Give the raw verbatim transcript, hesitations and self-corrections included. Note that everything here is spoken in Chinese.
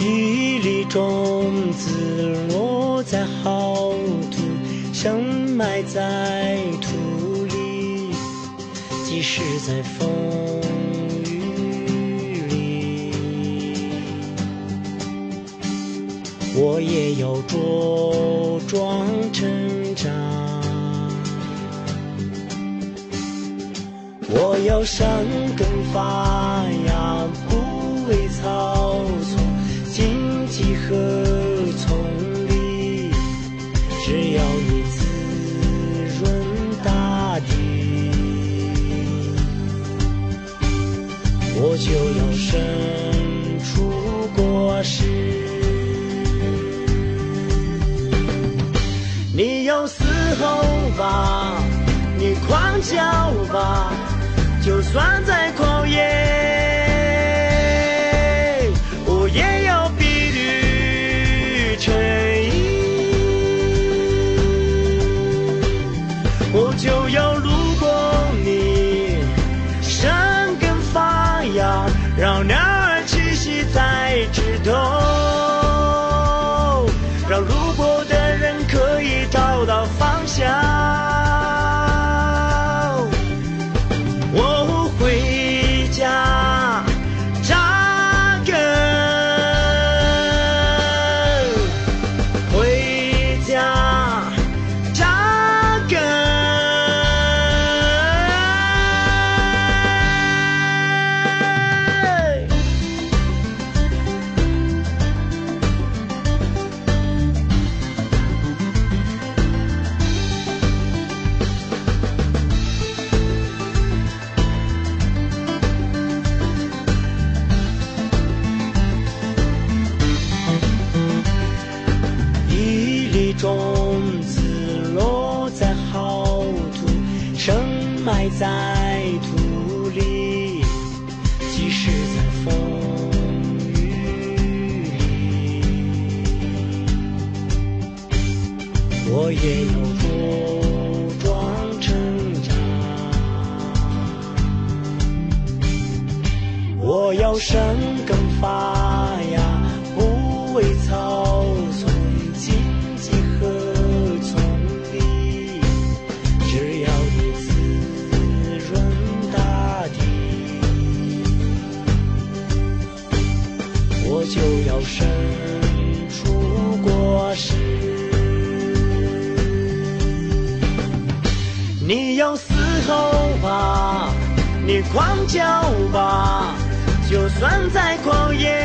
一粒种子落在好土，深埋在土里，即使在风雨里，我也要茁壮成长。我要生根发芽，不为草丛荆棘和丛里，只要你滋润大地，我就要生出果实。你有嘶吼吧，你狂叫吧，就算在旷野，我也要碧绿成荫。我就要路过你，生根发芽，让鸟儿栖息在枝头，让路过的人可以找到方向。种子落在好土，深埋在土里，即使在风雨里，我也要茁壮成长。我要生根发芽，不为草丛就要生出果实。你要嘶吼吧，你狂叫吧，就算在旷野，